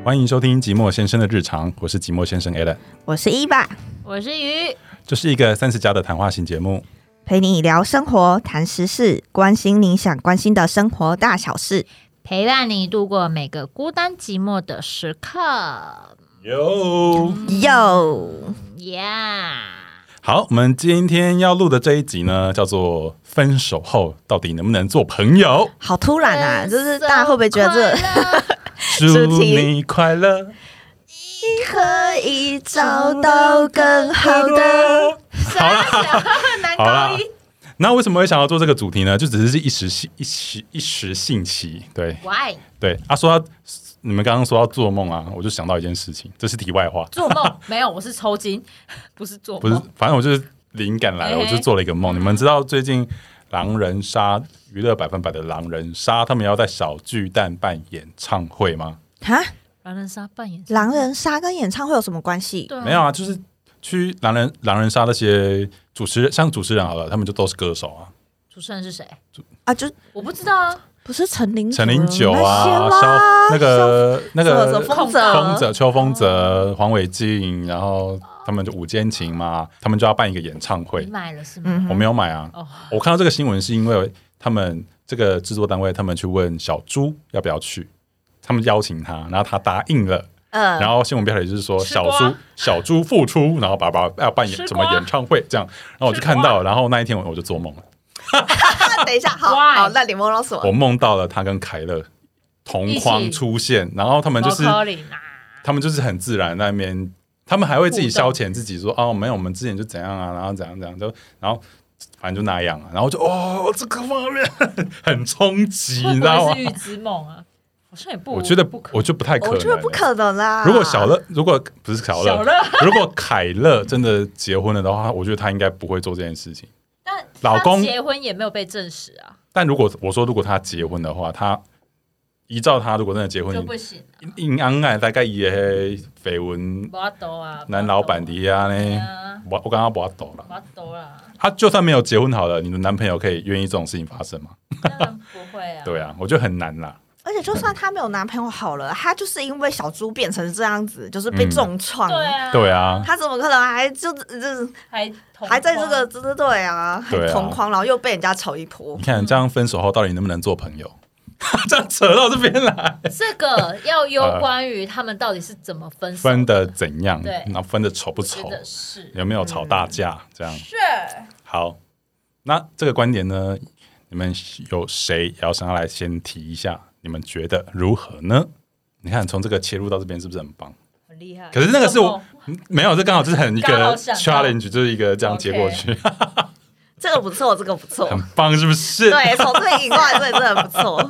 欢迎收听寂寞先生的日常，我是寂寞先生 Alan， 我是伊爸， 我是鱼， 这是一个30+的谈话型节目， 陪你聊生活、谈时事，关心你想关心的生活大小事， 陪伴你度过每个孤单寂寞的时刻。 哟呀！ 好，我们今天要录的这一集呢，叫做分手后到底能不能做朋友？ 好突然啊！就是大家会不会觉得这祝你快乐， 可以找到更好的？ 好啦，好啦。那为什么会想要做这个主题呢？就只是一时兴起，对 Why？ 对啊，说到你们刚刚说到做梦啊，我就想到一件事情，这是题外话。 做梦没有，我是抽筋，不是做梦。 不是，反正我就是灵感来了，我就做了一个梦。你们知道最近狼人杀娱乐100%的狼人杀，他们要在小巨蛋办演唱会吗？ 哈， 狼人杀扮演狼人杀跟演唱会有什么关系？ 对啊没有啊，就是去狼人杀那些主持人，像主持人好了，他们就都是歌手啊。 主持人是谁啊？就我不知道啊。 不是陈零九啊，那个邱风泽、黄伟晋，然后他们就五间情嘛，他们就要办一个演唱会。 你买了是吗？ 我没有买啊。我看到这个新闻是因为他们这个制作单位，他们去问小猪要不要去，他们邀请他，然后他答应了。然后新闻标题就是说小猪复出，然后爸爸要办什么演唱会这样，然后我就看到，然后那一天我就做梦了。 等一下，好，那你梦到什么？ 我梦到了他跟凯乐同框出现，然后他们就是很自然在那边，他们还会自己消遣自己说哦，没有，我们之前就怎样啊，然后怎样就，然后反正就那样啊，然后就这个方面很冲击，你知道吗？ 是预知梦啊，好像也不， 我觉得不太可能， 我觉得不可能啦。 如果不是小乐，如果凯乐真的结婚了的话，我觉得他应该不会做这件事情。 但老公结婚也没有被证实啊。 但如果他结婚的话，他依照他如果真的结婚就不行， 应该大概也绯闻男老板底下呢，我刚刚不要抖了，他就算没有结婚好了，你的男朋友可以愿意这种事情发生吗？ 不会啊。 对啊，我觉得很难啦。 而且就算他没有男朋友好了，他就是因为小猪变成这样子，就是被重创。 对啊， 他怎么可能还在这个对啊，还同框，然后又被人家炒一波。 你看这样分手后到底能不能做朋友？这样扯到这边来， 这个要有关于他们到底是怎么分手分的怎样， 对， 然后分的丑不丑，有没有吵大架，这样是好。那这个观点呢，你们有谁要想要来先提一下？你们觉得如何呢？你看从这个切入到这边是不是很棒？ 很厉害。 可是那个是我没有，这刚好就是很一个 challenge， 就是一个这样接过去。 这个不错，这个不错， 很棒，是不是？ 对，从这里引过来，这里真的不错。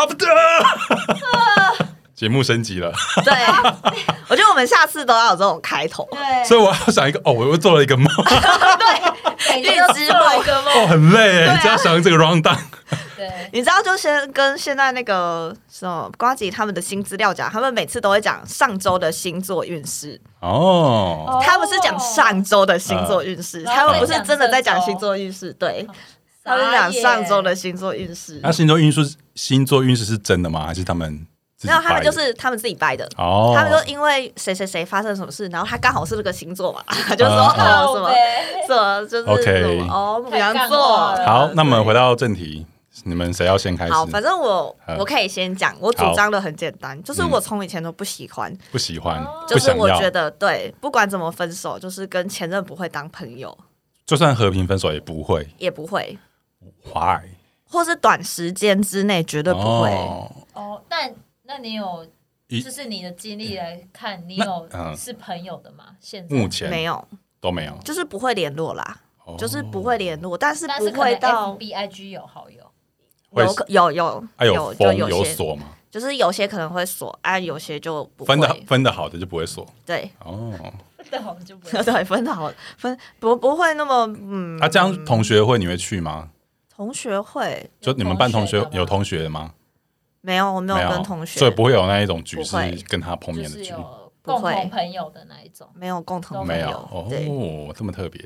节目升级了。 对，我觉得我们下次都要有这种开头。 对， 所以我要想一个我又做了一个梦。 对，预知梦， 很累哎，只要想这个 round down。 对， 你知道，就跟现在那个什么呱吉他们的新资料讲，他们每次都会讲上周的星座运势。他们是讲上周的星座运势，他们不是真的在讲星座运势。对，他们讲上周的星座运势。 那星座运势是真的吗？还是他们自己掰的？ 没有，他们就是他们自己掰的。他们说因为谁谁谁发生什么事，然后他刚好是这个星座嘛，就说什么就是 OK 比方座。 好，那我们回到正题。你们谁要先开始？ 好，反正我可以先讲，我主张的很简单，就是我从以前都不喜欢，就是我觉得对，不管怎么分手，就是跟前任不会当朋友， 就算和平分手也不会 ，Why？ 或是短时间之内绝对不会。 但那你有，就是你的经历来看，你有是朋友的吗？现在目前没有， 都没有， 就是不会联络啦，就是不会联络，但是不会到 FB、IG 有好友。 有锁吗？ 就是有些可能会锁，有些就不会。 分的好的就不会锁。 对， 分的好的就不会。 对，分的好不会那么这样同学会你会去吗？ 同学会就你们办同学有同学的吗？ 没有，我没有跟同学， 所以不会有那一种局是跟他碰面的局， 共同朋友的那一种， 没有共同朋友。 这么特别。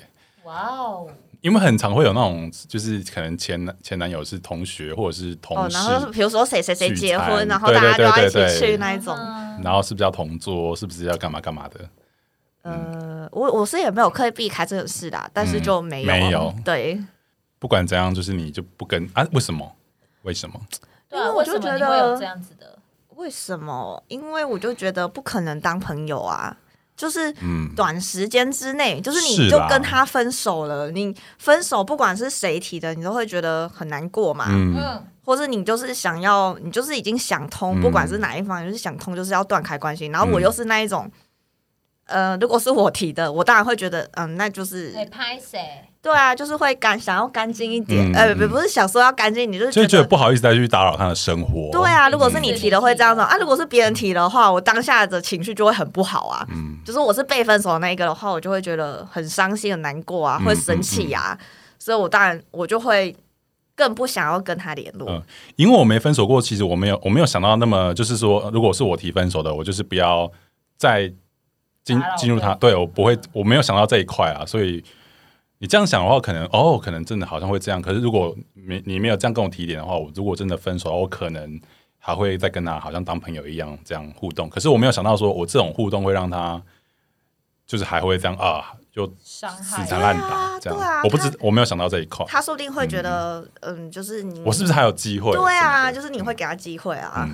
哇哦！ 因为很常会有那种，就是可能前男友是同学或者是同事， 然后比如说谁结婚，然后大家就要一起去那一种， 然后是不是要同桌，是不是要干嘛干嘛的？ 我是也没有刻意避开这个事啦，但是就没有，对。 不管怎样，就是你就不跟啊？为什么？ 对啊，我就觉得会有这样子的。 为什么？因为我就觉得不可能当朋友啊。就是短时间之内，就是你就跟他分手了。你分手不管是谁提的，你都会觉得很难过嘛。或者你就是想要，你就是已经想通，不管是哪一方，就是想通，就是要断开关系。然后我又是那一种，如果是我提的，我当然会觉得，那就是拍谁？ 对啊，就是会想要干净一点，不是想说要干净，你就觉得不好意思再去打扰他的生活。 对啊，如果是你提的会这样子啊，如果是别人提的话，我当下的情绪就会很不好啊。就是我是被分手的那一个的话，我就会觉得很伤心、很难过啊，会生气啊，所以我当然我就会更不想要跟他联络。 因为我没分手过，其实我没有想到那么，就是说，如果是我提分手的，我就是不要再进入他，对，我没有想到这一块啊，所以。你这样想的话，可能真的好像会这样。可是如果你没有这样跟我提点的话，我如果真的分手，我可能还会再跟他好像当朋友一样这样互动。可是我没有想到说，我这种互动会让他就是还会这样就死缠烂打这样。 对啊， 我没有想到这一块。 他说不定会觉得，就是你， 我是不是还有机会？ 对啊，就是你会给他机会啊。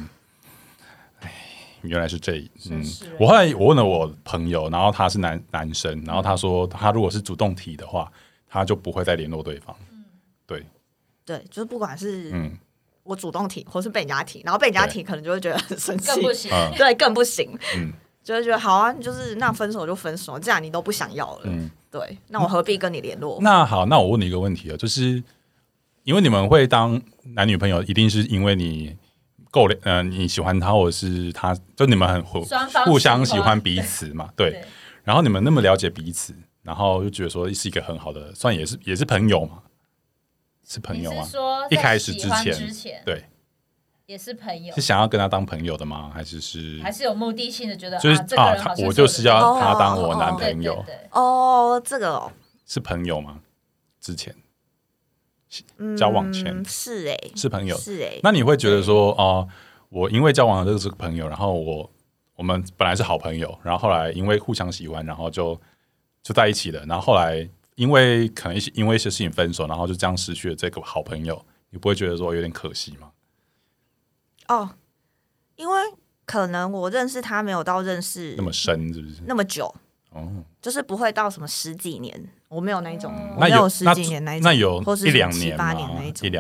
原来是这我后来我问了我朋友，然后他是男生，然后他说他如果是主动提的话，他就不会再联络对方。对， 就是不管是我主动提，或是被人家提，然后被人家提，可能就会觉得很生气， 更不行。 对，更不行。就会觉得好啊，就是那分手就分手，既然你都不想要了，对，那我何必跟你联络？ 那好，那我问你一个问题就是因为你们会当男女朋友，一定是因为你。你喜欢他，或者是他，就你们很互相喜欢彼此嘛？对。然后你们那么了解彼此，然后就觉得说是一个很好的，算也是朋友嘛？是朋友吗？一开始之前，对， 也是朋友， 是想要跟他当朋友的吗？还是有目的性的觉得就是这个人好像我就是要他当我男朋友。 这个是朋友吗？之前。交往前是是朋友是那你会觉得说我因为交往了这个朋友，然后我们本来是好朋友，然后后来因为互相喜欢，然后就在一起了，然后后来可能因为一些事情分手，然后就这样失去了这个好朋友，你不会觉得说有点可惜吗？ 因为可能我认识他没有到认识那么深，是不是那么久？就是不会到什么十几年，我没有那一种，我没有十几年那一种， 那有或是 1-2 年、7-8年那一种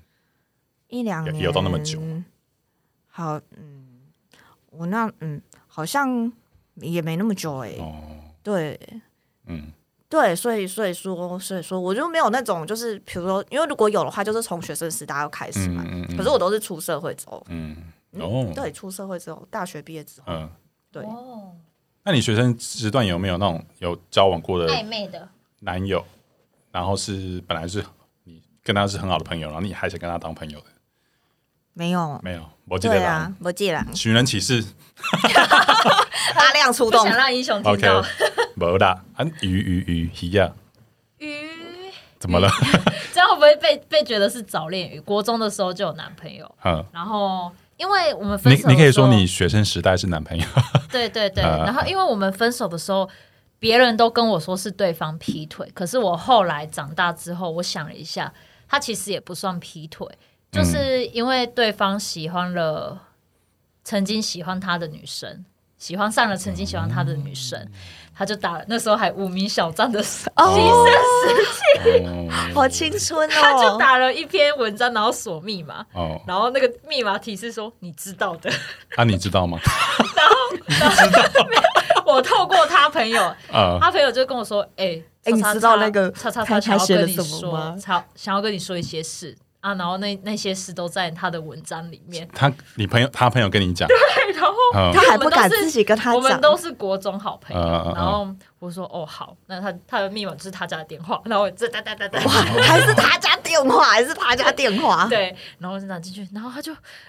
，1-2年有到那么久？ 好，我好像也没那么久对，对，所以说，我就没有那种，就是比如说，因为如果有的话，就是从学生时代要开始嘛，可是我都是出社会之后，对，出社会之后，大学毕业之后，对。 那你学生时段有没有那种有交往过的暧昧的男友，然后本来是你跟他是很好的朋友，然后你还想跟他当朋友的？ 没有， 我记得啦， 我记得寻人启事， 大量出动， 不想让英雄听到。 没啦，鱼呀， 鱼怎么了？ 这样会不会被觉得是早恋鱼？国中的时候就有男朋友，然后。因为我们分手的时候， 你可以说你学生时代是男朋友， 对，然后因为我们分手的时候，别人都跟我说是对方劈腿，可是我后来长大之后，我想了一下，他其实也不算劈腿，就是因为对方喜欢了曾经喜欢他的女生，喜欢上了曾经喜欢他的女生，他就打了那时候还无名小站的牺牲时期， 好青春哦！ 他就打了一篇文章，然后锁密码，然后那个密码提示说你知道的， 你知道吗？ 然后我透过他朋友，他朋友就跟我说， 你知道那个他想要跟你说吗？想要跟你说一些事。然后那些事都在他的文章里面。 他朋友跟你讲， 对，然后他还不敢自己跟他讲。 我们都是国中好朋友，然后我说好，那他的密码就是他家的电话，然后还是他家电话，还是他家电话？ 对，然后我就拿进去，然后他就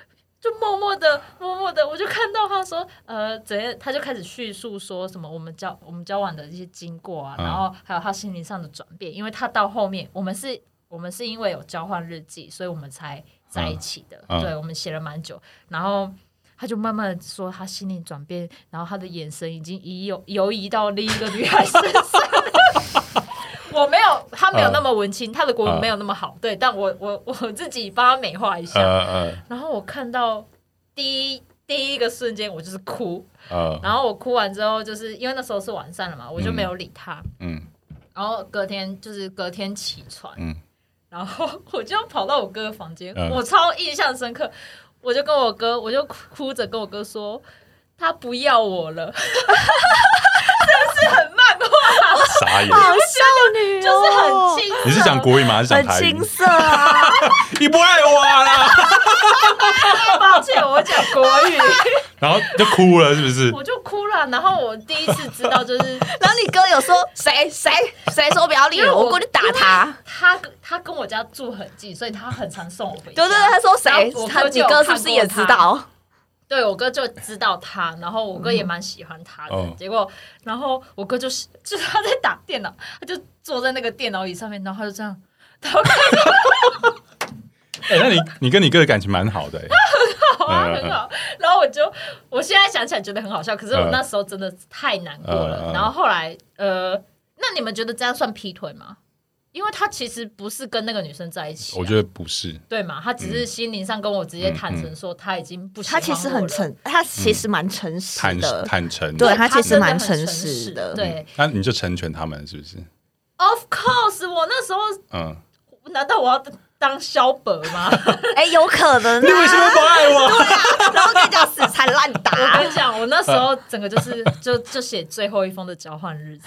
就默默的，我就看到他说，怎样，他就开始叙述说什么我们交往的一些经过啊，然后还有他心灵上的转变，因为他到后面，我们是因为有交换日记，所以我们才在一起的，对，我们写了蛮久，然后他就慢慢的说他心灵转变，然后他的眼神已经游移到另一个女孩身上。他没有那么文青，他的国文没有那么好，对，但我自己帮他美化一下。然后我看到第一个瞬间，我就是哭。然后我哭完之后，就是因为那时候是晚上了嘛，我就没有理他。然后隔天起床，然后我就跑到我哥的房间，我超印象深刻，我就哭着跟我哥说，他不要我了。真是很漫画， 傻眼， 好少女就是很青涩。 你是讲国语吗？还是讲台语？ 很青涩啊！ 你不爱我啦！ 抱歉，我讲国语。 然后就哭了，是不是？ 我就哭了，然后我第一次知道，就是， 然后你哥有说谁说不要理我过去打他。 他跟我家住很近，所以他很常送我回对， 家。 他说谁？你哥是不是也知道？ 对，我哥就知道他，然后我哥也蛮喜欢他的。结果，然后我哥就是他在打电脑，他就坐在那个电脑椅上面，然后他就这样， 那你跟你哥的感情蛮好的。 好啊，很好。然后我现在想起来觉得很好笑，可是我那时候真的太难过了。然后后来，那你们觉得这样算劈腿吗？因为他其实不是跟那个女生在一起， 我觉得不是， 对嘛？他只是心灵上跟我直接坦诚说他已经不喜欢我了。 他其实蛮诚实的， 坦诚， 对他其实蛮诚实的。 对， 那你就成全他们是不是 ？Of course， 我那时候，难道我要当萧伯吗？ 有可能。 你为什么不爱我？ 对啊，然后跟你讲死缠烂打。 我跟你讲，我那时候整个就写最后一封的交换日记。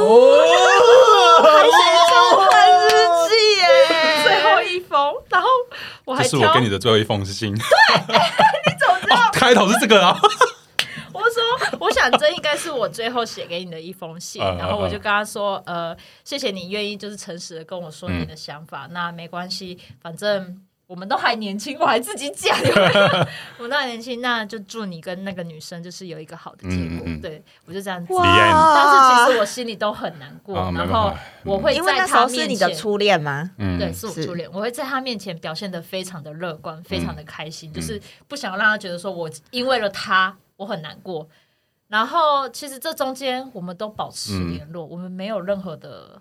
还写交换日记耶， 最后一封，然后我还这是我给你的最后一封信。 对，你怎么知道？ 开头是这个啊。 我说，我想这应该是我最后写给你的一封信，然后我就跟他说，谢谢你愿意就是诚实的跟我说你的想法，那没关系，反正我们都还年轻，我还自己讲，我们都还年轻，那就祝你跟那个女生就是有一个好的结果。对，我就这样子。但是其实我心里都很难过，然后我会在他面前，因为那时候是你的初恋吗？ 对，是我初恋。我会在他面前表现得非常的乐观，非常的开心，就是不想让他觉得说我因为了他我很难过。然后其实这中间我们都保持联络，我们没有任何的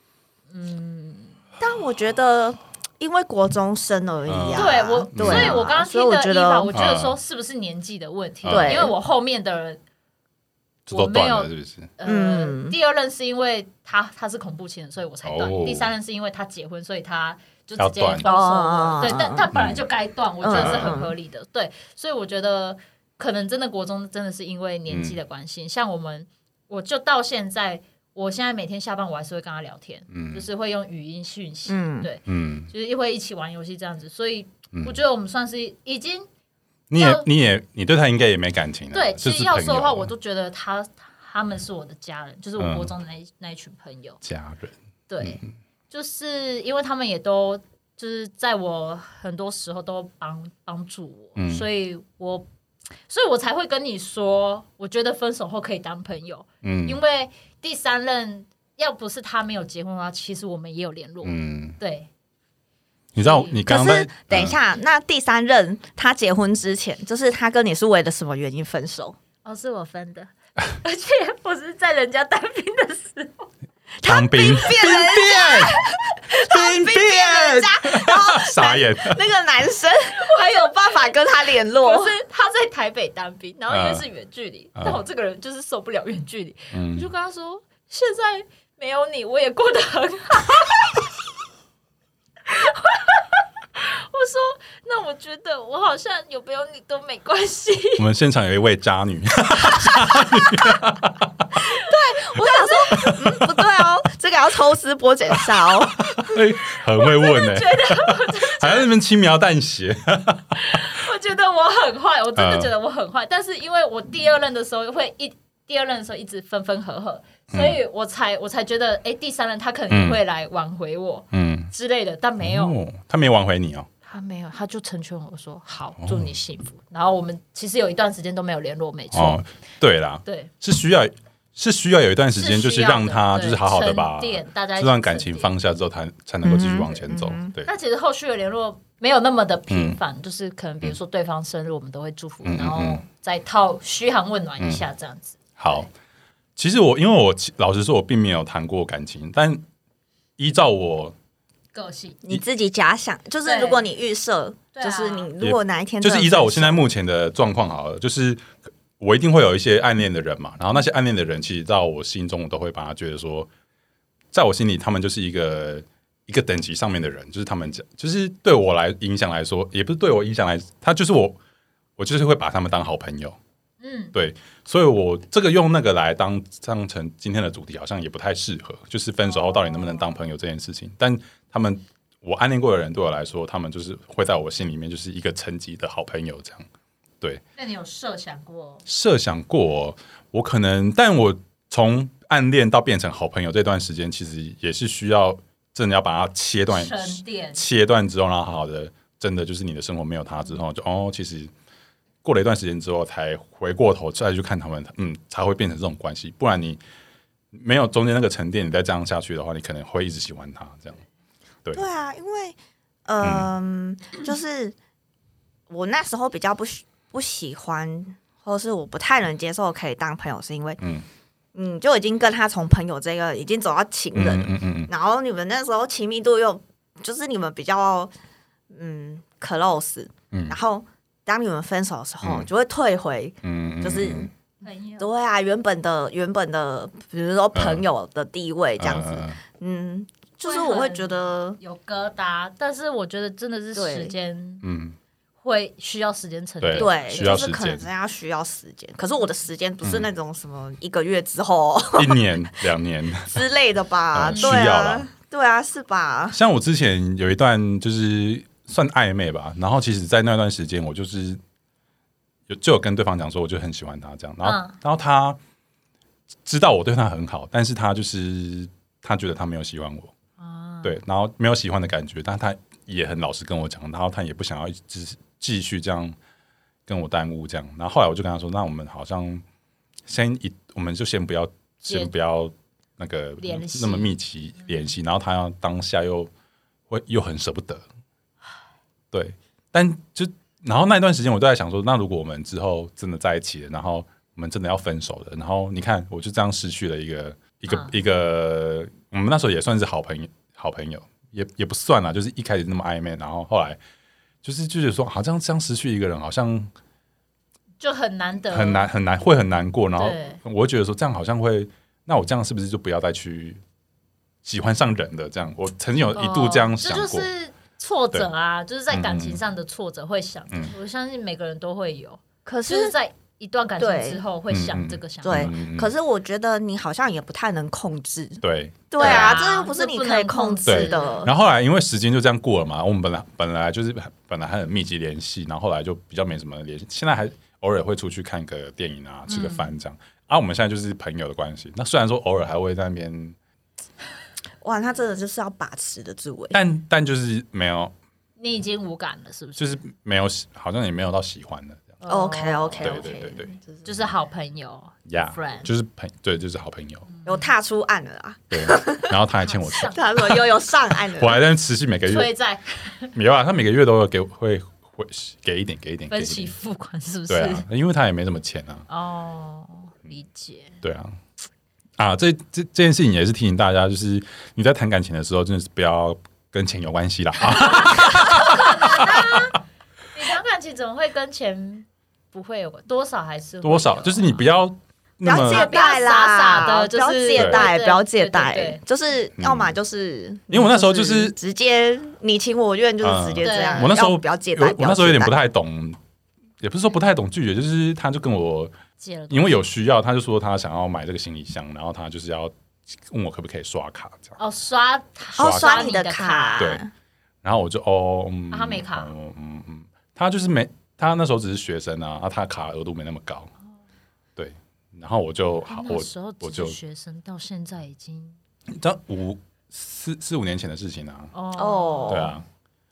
但我觉得因为国中生而已啊， 所以我刚刚听的伊娃，我觉得说是不是年纪的问题？对，因为我后面的人我没有， 是不是？ 第二任是因为他是恐怖情人，所以我才断；第三任是因为他结婚，所以他就直接分手了。对，但他本来就该断，我觉得是很合理的。对，所以我觉得可能真的国中真的是因为年纪的关系，像我就到现在。我现在每天下班我还是会跟他聊天，就是会用语音讯息，对，就是会一起玩游戏这样子，所以我觉得我们算是已经， 你对他应该也没感情了， 对，其实要说的话，我都觉得他们是我的家人，就是我国中的那一群朋友， 家人， 对，就是因为他们也都就是在我很多时候都帮助我，所以我才会跟你说，我觉得分手后可以当朋友，因为第三任要不是他没有结婚的话，其实我们也有联络，对。 你知道你刚刚等一下，那第三任他结婚之前，就是他跟你是为了什么原因分手？ 是我分的，而且我是在人家当兵的时候。 当兵，兵人家，然后傻眼。 那个男生还有办法跟他联络， 可是他在台北当兵，然后因为是远距离，但我这个人就是受不了远距离，我就跟他说，现在没有你，我也过得很好。我说，那我觉得我好像有没有你都没关系。 我们现场有一位渣女， 对，我想说，不对哦，这个要抽丝剥茧下哦。 很会问欸，还在那边轻描淡写。 我觉得我很坏，我真的觉得我很坏，但是因为我第二任的时候一直分分合合，所以我才觉得，第三任他可能会来挽回我，之类的，但没有， 他没挽回你哦。 他没有，他就成全我说好，祝你幸福。然后我们其实有一段时间都没有联络，没错。 对啦， 对， 是需要有一段时间，就是让他就是好好的把这段感情放下之后，才能够继续往前走。对。 那其实后续的联络没有那么的频繁，就是可能比如说对方生日，我们都会祝福，然后再套嘘寒问暖一下这样子。 好，其实因为我老实说，我并没有谈过感情，但依照我个性， 你自己假想，就是如果你预设，就是你如果哪一天就是依照我现在目前的状况好了，就是我一定会有一些暗恋的人嘛，然后那些暗恋的人，其实在我心中，我都会把他觉得说，在我心里，他们就是一个等级上面的人，就是他们就是对我影响来说，也不是对我影响来，他就是我就是会把他们当好朋友。对，所以我这个用那个来当成今天的主题，好像也不太适合，就是分手后到底能不能当朋友这件事情。但我暗恋过的人，对我来说，他们就是会在我心里面就是一个层级的好朋友这样。对， 那你有设想过？ 我可能，但我从暗恋到变成好朋友这段时间，其实也是需要真的要把它切断之后，然后好好的，真的就是你的生活没有他之后，就其实过了一段时间之后，才回过头再去看他们，才会变成这种关系。不然你没有中间那个沉淀，你再这样下去的话，你可能会一直喜欢他这样。 对啊，因为就是我那时候比较不喜欢，或是我不太能接受可以当朋友，是因为就已经跟他从朋友这个已经走到情人，然后你们那时候亲密度又就是你们比较close，然后当你们分手的时候，就会退回就是对啊原本的比如说朋友的地位这样子，就是我会觉得有疙瘩，但是我觉得真的是时间，会需要时间沉淀， 对，就是可能真的需要时间。可是我的时间不是那种什么1个月之后、 1年、2年之类的吧？ 需要啦， 对啊，是吧？ 像我之前有一段就是算暧昧吧，然后其实，在那段时间我就是就有跟对方讲说，我就很喜欢他这样，然后他知道我对他很好，但是他就是他觉得他没有喜欢我。对，然后没有喜欢的感觉，但他也很老实跟我讲，然后他也不想要继续这样跟我耽误这样。然后后来我就跟他说，那我们好像我们就先不要那个那么密集联系。然后他当下又很舍不得，对，但然后那段时间我都在想说，那如果我们之后真的在一起了，然后我们真的要分手了，然后你看我就这样失去了一个，我们那时候也算是好朋友，也不算啦，就是一开始那么暧昧，然后后来就是说，好像这样失去一个人，好像就很难得， 很难，会很难过。然后我会觉得说，这样好像会，那我这样是不是就不要再去喜欢上人的？这样，我曾经有一度这样想过。 这就是挫折啊，就是在感情上的挫折会想，我相信每个人都会有。可是，就是在一段感情之后会想这个想法， 对，可是我觉得你好像也不太能控制， 对啊，这又不是你可以控制的。 然后后来因为时间就这样过了嘛，我们本来还很密集联系，然后后来就比较没什么联系，现在还偶尔会出去看个电影啊，吃个饭这样。我们现在就是朋友的关系。那虽然说偶尔还会在那边， 哇，他真的就是要把持得住但就是没有， 你已经无感了，是不是？ 就是没有，好像也没有到喜欢的。 OK， 对， 就是好朋友，friend， 就是对，就是好朋友， 有踏出岸了啦。 对，然后他还欠我钱， 他说有上岸了， 我还在持续每个月催债， 有啊，他每个月都有会给一点， 分期付款是不是？ 对啊，因为他也没什么钱啊。 哦，理解。 对啊，这件事情也是提醒大家，就是你在谈感情的时候，真的是不要跟钱有关系啦。 你谈感情怎么会跟钱不会有多少还是多少？就是你不要不要借贷啦， 傻傻的，就是不要借贷，不要借贷，就是要么就是因为我那时候就是直接你情我愿，就是直接这样。 我那时候不要借贷， 我那时候有点不太懂，也不是说不太懂拒绝，就是他就跟我借了， 因为有需要，他就说他想要买这个行李箱，然后他就是要问我可不可以刷卡这样。 刷你的卡， 对。然后我就他没卡， 他就是没，他那时候只是学生啊，他卡额度没那么高，对。然后我就那时候只是学生，到现在已经这4-5年前的事情啊。 哦， 对啊。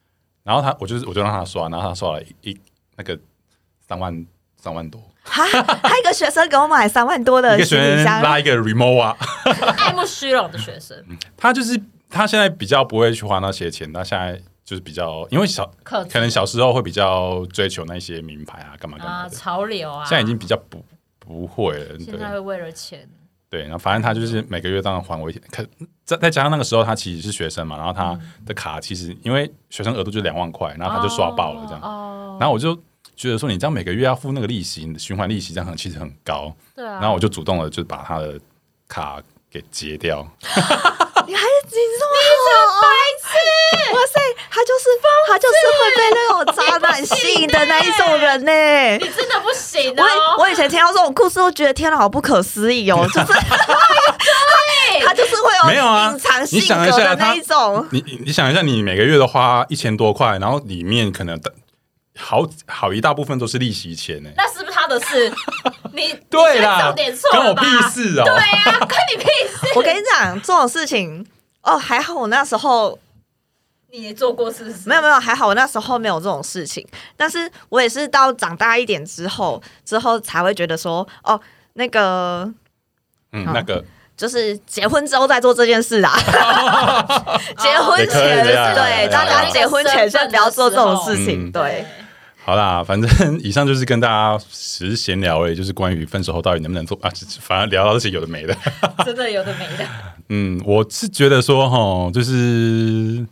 然后我就让他刷，然后他刷了那个3万多。 他一个学生给我买3万多的行李箱， 拉一个 remote 啊， 爱慕虚荣的学生。 他现在比较不会去花那些钱，他现在就是比较，因为可能小时候会比较追求那些名牌啊，干嘛的潮流啊， 现在已经比较不会了。 现在会为了钱。 对，然后反正他就是每个月这样还我一点，再加上那个时候他其实是学生嘛，然后他的卡其实因为学生额度就2万块，然后他就刷爆了这样。然后我就觉得说，你这样每个月要付那个利息，循环利息这样其实很高。 对啊。 然后我就主动的就把他的卡给截掉。 你这么白痴！哇塞，他就是会被那种渣男吸引的那一种人呢。 你真的不行哦！ 我以前听到这种故事，都觉得天哪，好不可思议哦！就是他就是会有隐藏性格的那一种。 你想一下，你每个月都花1000多块，然后里面可能好一大部分都是利息钱呢。 那是不是他的事？你对啦， 重点错了吧？ 跟我屁事哦！ 对啊，跟你屁事！ 我跟你讲，这种事情还好我那时候你也做过，是不是？ 没有，还好我那时候没有这种事情。但是我也是到长大一点之后才会觉得说，那个， 那个。 就是结婚之后再做这件事啊，结婚前对大家结婚前先不要做这种事情，对。 好啦，反正以上就是跟大家只是闲聊而已，就是关于分手后到底能不能做啊，反正聊到这些有的没的， 真的有的没的。 我是觉得说就是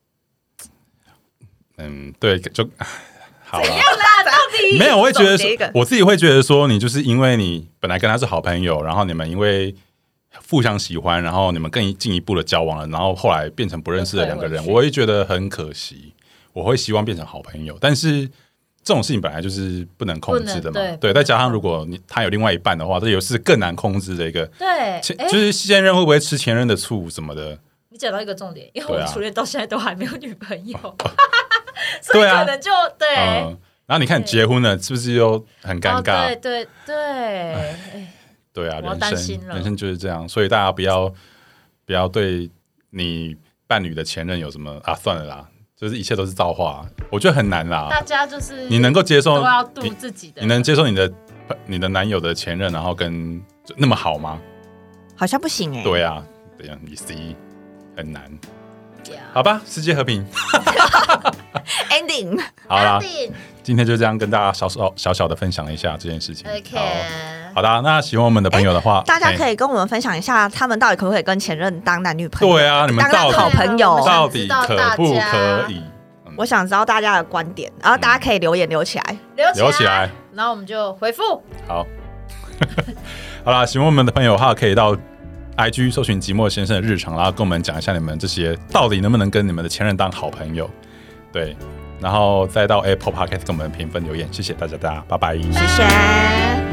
对，就好了。 怎样啦？到底没有，我会觉得说，我自己会觉得说，你就是因为你本来跟他是好朋友，然后你们因为互相喜欢，然后你们更进一步的交往了，然后后来变成不认识的2个人，我会觉得很可惜。我会希望变成好朋友，但是这种事情本来就是不能控制的嘛。对，再加上如果他有另外一半的话，这也是更难控制的一个。 对， 就是现任会不会吃前任的醋什么的？ 你讲到一个重点，因为我初恋到现在都还没有女朋友，所以可能就对。 然后你看结婚了，是不是又很尴尬？ 对。 对啊，人生就是这样，所以大家不要对你伴侣的前任有什么算了啦，就是一切都是造化，我觉得很难啦。 大家就是你能够接受， 都要度自己的， 你能接受你的男友的前任，然后跟那么好吗？ 好像不行哎。 对啊，你 see 很难。好吧，世界和平。 Ending。 好啦，今天就这样跟大家小小的分享一下这件事情。 OK。 好的，那喜欢我们的朋友的话， 大家可以跟我们分享一下，他们到底可不可以跟前任当男女朋友？ 对啊，你们当好朋友到底可不可以？ 我想知道大家的观点，然后大家可以留言留起来， 然后我们就回复。 好，好啦，喜欢我们的朋友的话，可以到 IG 搜寻寂寞先生的日常，然后跟我们讲一下你们这些到底能不能跟你们的前任当好朋友。对，然后再到 Apple Podcast 跟我们评分留言，谢谢大家，拜拜， 谢谢。